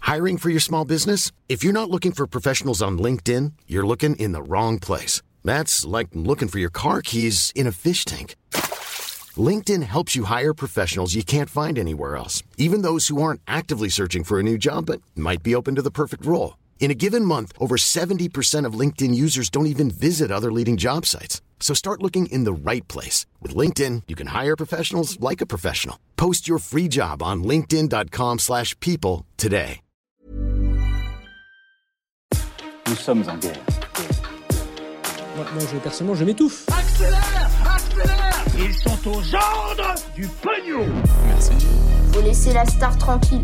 Hiring for your small business? If you're not looking for professionals on LinkedIn, you're looking in the wrong place. That's like looking for your car keys in a fish tank. LinkedIn helps you hire professionals you can't find anywhere else, even those who aren't actively searching for a new job but might be open to the perfect role. In a given month, over 70% of LinkedIn users don't even visit other leading job sites. So start looking in the right place. With LinkedIn, you can hire professionals like a professional. Post your free job on linkedin.com/people today. Nous sommes en guerre. Moi, personnellement, je m'étouffe. Accélère! Accélère! Ils sont aux ordres du pognon! Merci. Faut laisser la star tranquille.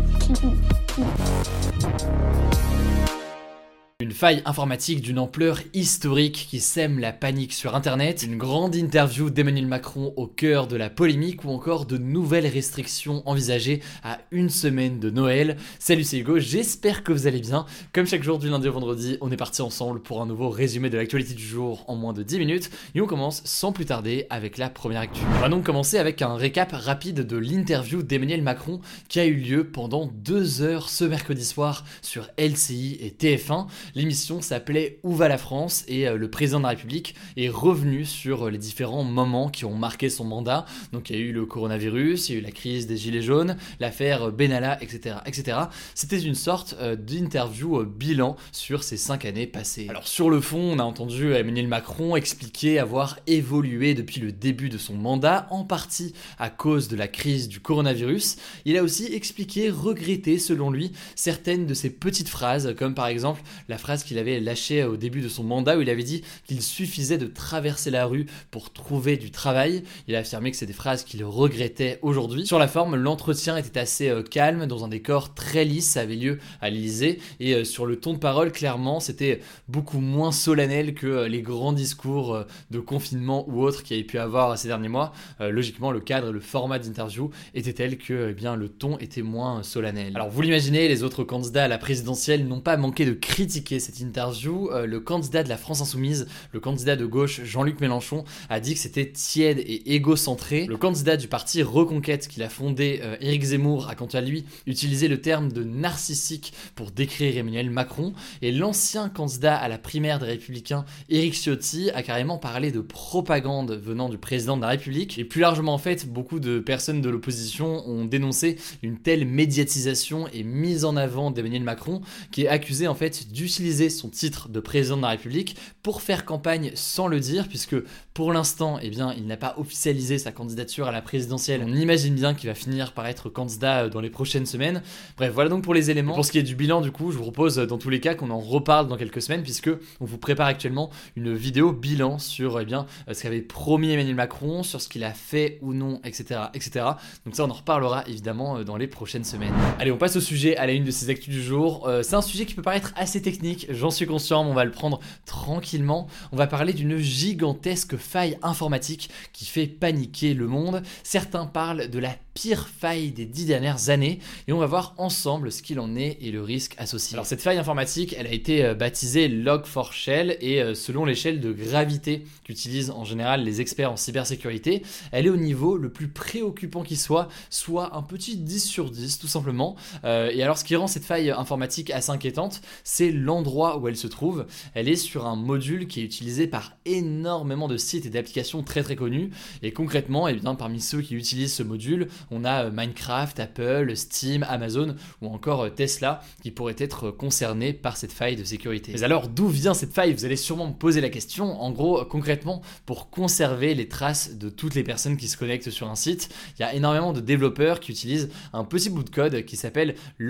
Une faille informatique d'une ampleur historique qui sème la panique sur internet, une grande interview d'Emmanuel Macron au cœur de la polémique ou encore de nouvelles restrictions envisagées à une semaine de Noël. Salut, c'est Hugo, j'espère que vous allez bien. Comme chaque jour du lundi au vendredi, on est parti ensemble pour un nouveau résumé de l'actualité du jour en moins de 10 minutes et on commence sans plus tarder avec la première actu. On va donc commencer avec un récap rapide de l'interview d'Emmanuel Macron qui a eu lieu pendant 2 heures ce mercredi soir sur LCI et TF1. L'émission s'appelait Où va la France et le président de la République est revenu sur les différents moments qui ont marqué son mandat. Donc il y a eu le coronavirus, il y a eu la crise des gilets jaunes, l'affaire Benalla, etc. etc. C'était une sorte d'interview bilan sur ces 5 années passées. Alors sur le fond, on a entendu Emmanuel Macron expliquer avoir évolué depuis le début de son mandat, en partie à cause de la crise du coronavirus. Il a aussi expliqué regretter, selon lui, certaines de ses petites phrases, comme par exemple la phrase qu'il avait lâchée au début de son mandat où il avait dit qu'il suffisait de traverser la rue pour trouver du travail. Il a affirmé que c'est des phrases qu'il regrettait aujourd'hui. Sur la forme, l'entretien était assez calme, dans un décor très lisse, ça avait lieu à l'Élysée et sur le ton de parole, clairement, c'était beaucoup moins solennel que les grands discours de confinement ou autres qu'il y avait pu avoir ces derniers mois. Logiquement, le cadre et le format d'interview étaient tels que le ton était moins solennel. Alors vous l'imaginez, les autres candidats à la présidentielle n'ont pas manqué de critiquer cette interview. Le candidat de la France Insoumise, le candidat de gauche Jean-Luc Mélenchon, a dit que c'était tiède et égocentré. Le candidat du parti Reconquête qu'il a fondé, Éric Zemmour, a quant à lui utilisé le terme de narcissique pour décrire Emmanuel Macron. Et l'ancien candidat à la primaire des Républicains, Éric Ciotti, a carrément parlé de propagande venant du président de la République. Et plus largement, en fait, beaucoup de personnes de l'opposition ont dénoncé une telle médiatisation et mise en avant d'Emmanuel Macron, qui est accusé en fait d'utiliser son titre de président de la République pour faire campagne sans le dire, puisque pour l'instant, il n'a pas officialisé sa candidature à la présidentielle. On imagine bien qu'il va finir par être candidat dans les prochaines semaines. Bref, voilà donc pour les éléments. Pour ce qui est du bilan, du coup, je vous propose dans tous les cas qu'on en reparle dans quelques semaines, puisque on vous prépare actuellement une vidéo bilan sur ce qu'avait promis Emmanuel Macron, sur ce qu'il a fait ou non, etc., etc. Donc ça, on en reparlera évidemment dans les prochaines semaines. Allez, on passe au sujet, à la une de ces actus du jour. C'est un sujet qui peut paraître assez technique, j'en suis conscient, mais on va le prendre tranquillement. On va parler d'une gigantesque faille informatique qui fait paniquer le monde. Certains parlent de la pire faille des 10 dernières années et on va voir ensemble ce qu'il en est et le risque associé. Alors cette faille informatique, elle a été baptisée Log4Shell et selon l'échelle de gravité qu'utilisent en général les experts en cybersécurité, elle est au niveau le plus préoccupant qui soit un petit 10 sur 10 tout simplement. Et alors ce qui rend cette faille informatique assez inquiétante, c'est l'endroit où elle se trouve. Elle est sur un module qui est utilisé par énormément de sites et d'applications très très connus et concrètement, parmi ceux qui utilisent ce module, on a Minecraft, Apple, Steam, Amazon ou encore Tesla qui pourraient être concernés par cette faille de sécurité. Mais alors d'où vient cette faille? Vous allez sûrement me poser la question. En gros, concrètement, pour conserver les traces de toutes les personnes qui se connectent sur un site, il y a énormément de développeurs qui utilisent un petit bout de code qui s'appelle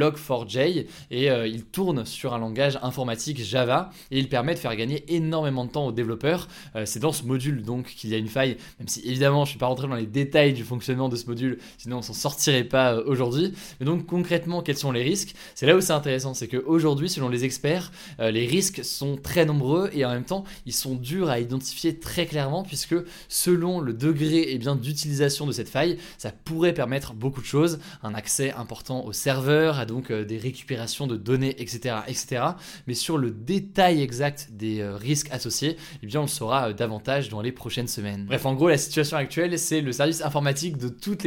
Log4j et il tourne sur un langage informatique Java et il permet de faire gagner énormément de temps aux développeurs. C'est dans ce module donc qu'il y a une faille, même si évidemment je ne suis pas rentré dans les détails du fonctionnement de ce module, sinon on s'en sortirait pas aujourd'hui. Mais donc concrètement, quels sont les risques? C'est là où c'est intéressant, c'est qu'aujourd'hui, selon les experts, les risques sont très nombreux et en même temps, ils sont durs à identifier très clairement puisque selon le degré d'utilisation de cette faille, ça pourrait permettre beaucoup de choses, un accès important au serveur, à donc des récupérations de données, etc., etc. Mais sur le détail exact des risques associés, on le saura davantage dans les prochaines semaines. Bref, en gros, la situation actuelle, c'est le service informatique de toutes les grandes boîtes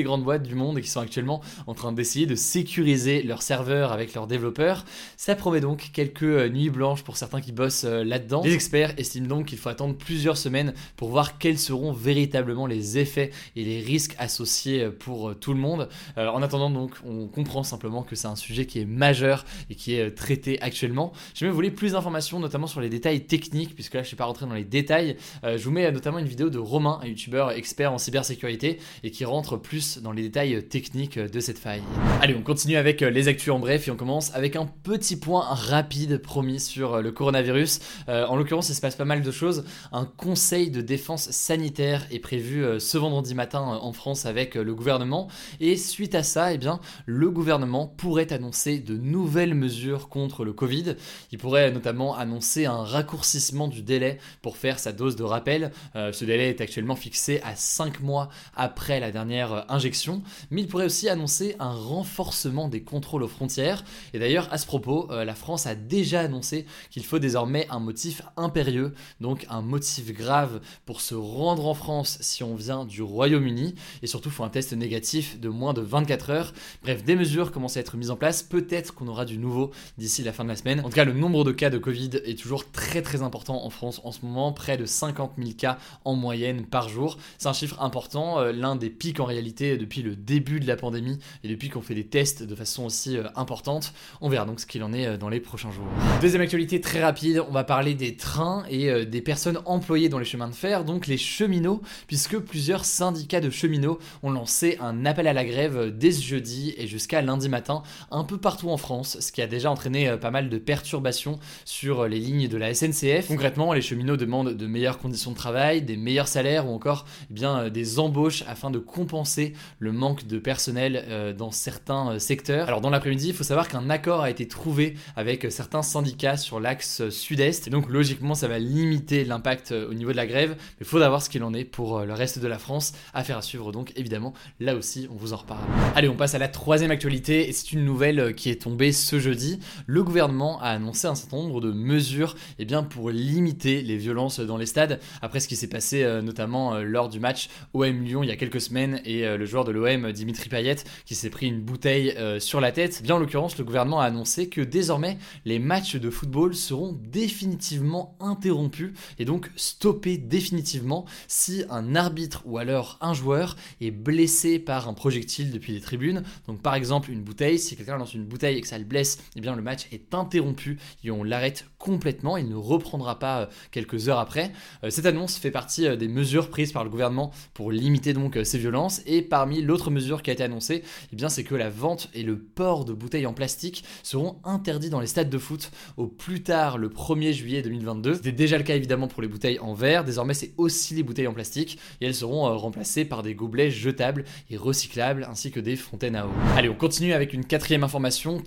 du monde et qui sont actuellement en train d'essayer de sécuriser leurs serveurs avec leurs développeurs. Ça promet donc quelques nuits blanches pour certains qui bossent là-dedans. Les experts estiment donc qu'il faut attendre plusieurs semaines pour voir quels seront véritablement les effets et les risques associés pour tout le monde. En attendant donc, on comprend simplement que c'est un sujet qui est majeur et qui est traité actuellement. Si vous voulez plus d'informations, notamment sur les détails techniques, puisque là je ne suis pas rentré dans les détails, je vous mets notamment une vidéo de Romain, un youtubeur expert en cybersécurité et qui rentre plus dans les détails techniques de cette faille. Allez, on continue avec les actus en bref et on commence avec un petit point rapide promis sur le coronavirus. En l'occurrence, il se passe pas mal de choses. Un conseil de défense sanitaire est prévu ce vendredi matin en France avec le gouvernement et suite à ça, eh bien, le gouvernement pourrait annoncer de nouvelles mesures contre le Covid. Il pourrait notamment annoncer un raccourcissement du délai pour faire sa dose de rappel. Ce délai est actuellement fixé à 5 mois après la dernière injection, mais il pourrait aussi annoncer un renforcement des contrôles aux frontières. Et d'ailleurs, à ce propos, la France a déjà annoncé qu'il faut désormais un motif impérieux, donc un motif grave pour se rendre en France si on vient du Royaume-Uni, et surtout il faut un test négatif de moins de 24 heures. Bref, des mesures commencent à être mises en place, peut-être qu'on aura du nouveau d'ici la fin de la semaine. En tout cas, le nombre de cas de Covid est toujours très très important en France en ce moment, près de 50 000 cas en moyenne par jour. C'est un chiffre important, l'un des pics en réalité depuis le début de la pandémie et depuis qu'on fait des tests de façon aussi importante. On verra donc ce qu'il en est dans les prochains jours. Deuxième actualité très rapide, on va parler des trains et des personnes employées dans les chemins de fer, donc les cheminots, puisque plusieurs syndicats de cheminots ont lancé un appel à la grève dès ce jeudi et jusqu'à lundi matin, un peu partout en France, ce qui a déjà entraîné pas mal de perturbations sur les lignes de la SNCF. Concrètement, les cheminots demandent de meilleures conditions de travail, des meilleurs salaires ou encore des embauches afin de compenser le manque de personnel dans certains secteurs. Alors dans l'après-midi, il faut savoir qu'un accord a été trouvé avec certains syndicats sur l'axe sud-est et donc logiquement ça va limiter l'impact au niveau de la grève, mais il faut voir ce qu'il en est pour le reste de la France. Affaire à suivre donc évidemment, là aussi on vous en reparle. Allez, on passe à la troisième actualité et c'est une nouvelle qui est tombée ce jeudi. Le gouvernement a annoncé un certain nombre de mesures pour limiter les violences dans les stades après ce qui s'est passé notamment lors du match OM-Lyon il y a quelques semaines et le joueur de l'OM Dimitri Payet qui s'est pris une bouteille sur la tête. En l'occurrence, le gouvernement a annoncé que désormais les matchs de football seront définitivement interrompus et donc stoppés définitivement si un arbitre ou alors un joueur est blessé par un projectile depuis les tribunes. Donc par exemple une bouteille, si quelqu'un lance une bouteille et que ça le blesse, le match est interrompu et on l'arrête complètement, il ne reprendra pas quelques heures après. Cette annonce fait partie des mesures prises par le gouvernement pour limiter donc ces violences et parmi l'autre mesure qui a été annoncée, c'est que la vente et le port de bouteilles en plastique seront interdits dans les stades de foot au plus tard le 1er juillet 2022. C'était déjà le cas évidemment pour les bouteilles en verre, désormais c'est aussi les bouteilles en plastique et elles seront remplacées par des gobelets jetables et recyclables ainsi que des fontaines à eau. Allez, on continue avec une quatrième information,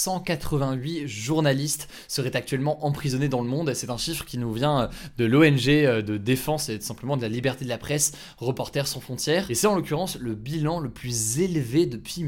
488 journalistes seraient actuellement emprisonnés dans le monde, c'est un chiffre qui nous vient de l'ONG de défense et simplement de la liberté de la presse, Reporters sans frontières, et c'est en l'occurrence le bilan le plus élevé depuis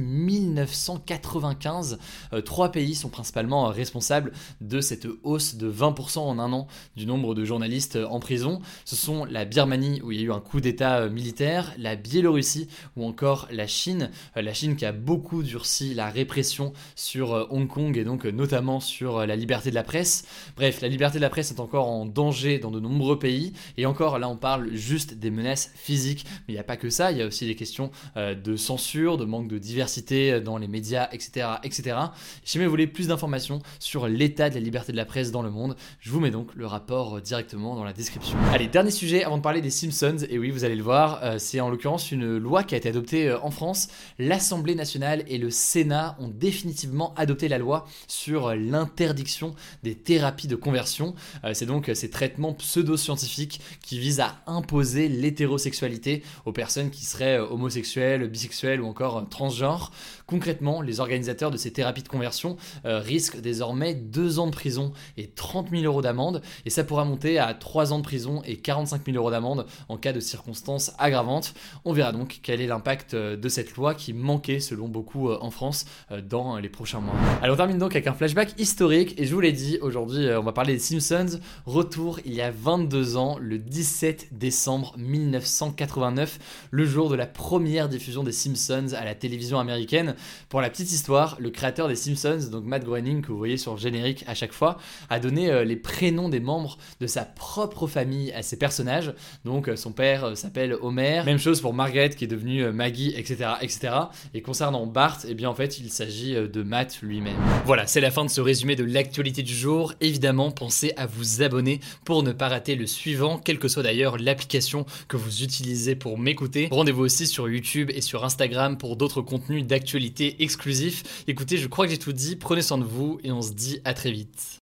1995. 3 pays sont principalement responsables de cette hausse de 20% en un an du nombre de journalistes en prison. Ce sont la Birmanie où il y a eu un coup d'état militaire, la Biélorussie ou encore la Chine. La Chine qui a beaucoup durci la répression sur Hong Kong et donc notamment sur la liberté de la presse. Bref, la liberté de la presse est encore en danger dans de nombreux pays et encore là on parle juste des menaces physiques, mais il n'y a pas que ça, il y a aussi des questions de censure, de manque de diversité dans les médias, etc. etc. Si vous voulez plus d'informations sur l'état de la liberté de la presse dans le monde, je vous mets donc le rapport directement dans la description. Allez, dernier sujet avant de parler des Simpsons, et oui vous allez le voir, c'est en l'occurrence une loi qui a été adoptée en France. L'Assemblée nationale et le Sénat ont définitivement adopté la loi sur l'interdiction des thérapies de conversion. C'est donc ces traitements pseudo-scientifiques qui visent à imposer l'hétérosexualité aux personnes qui seraient homosexuelles, bisexuelles ou encore transgenres. Concrètement, les organisateurs de ces thérapies de conversion risquent désormais 2 ans de prison et 30 000 € d'amende, et ça pourra monter à 3 ans de prison et 45 000 € d'amende en cas de circonstances aggravantes. On verra donc quel est l'impact de cette loi qui manquait selon beaucoup en France dans les prochains mois. Alors on termine donc avec un flashback historique, et je vous l'ai dit, aujourd'hui on va parler des Simpsons. Retour il y a 22 ans, le 17 décembre 1989, le jour de la première diffusion diffusion des Simpsons à la télévision américaine. Pour la petite histoire, le créateur des Simpsons, donc Matt Groening, que vous voyez sur le générique à chaque fois, a donné les prénoms des membres de sa propre famille à ses personnages. Donc son père s'appelle Homer, même chose pour Margaret qui est devenue Maggie, etc., etc. Et concernant Bart, eh bien en fait il s'agit de Matt lui-même. Voilà, c'est la fin de ce résumé de l'actualité du jour. Évidemment, pensez à vous abonner pour ne pas rater le suivant, quelle que soit d'ailleurs l'application que vous utilisez pour m'écouter. Rendez-vous aussi sur YouTube et sur Instagram pour d'autres contenus d'actualité exclusifs. Écoutez, je crois que j'ai tout dit, prenez soin de vous et on se dit à très vite.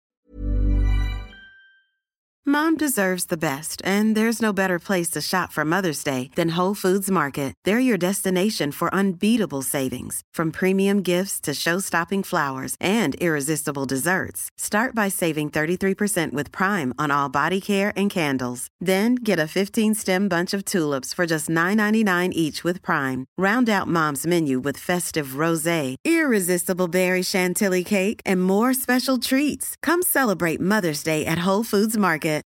Mom deserves the best, and there's no better place to shop for Mother's Day than Whole Foods Market. They're your destination for unbeatable savings, from premium gifts to show-stopping flowers and irresistible desserts. Start by saving 33% with Prime on all body care and candles. Then get a 15-stem bunch of tulips for just $9.99 each with Prime. Round out Mom's menu with festive rosé, irresistible berry chantilly cake, and more special treats. Come celebrate Mother's Day at Whole Foods Market.